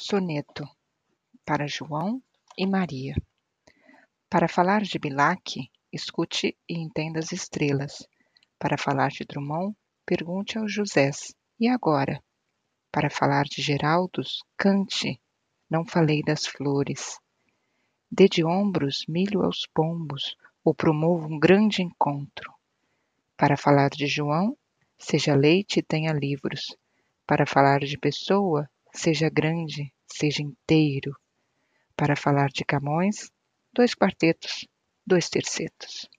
Soneto, para João e Maria. Para falar de Bilac, escute e entenda as estrelas. Para falar de Drummond, pergunte aos Josés. E agora? Para falar de Geraldos, cante. Não falei das flores. Dê de ombros milho aos pombos, ou promova um grande encontro. Para falar de João, seja leite e tenha livros. Para falar de Pessoa, seja grande, seja inteiro. Para falar de Camões, 2 quartetos, 2 tercetos.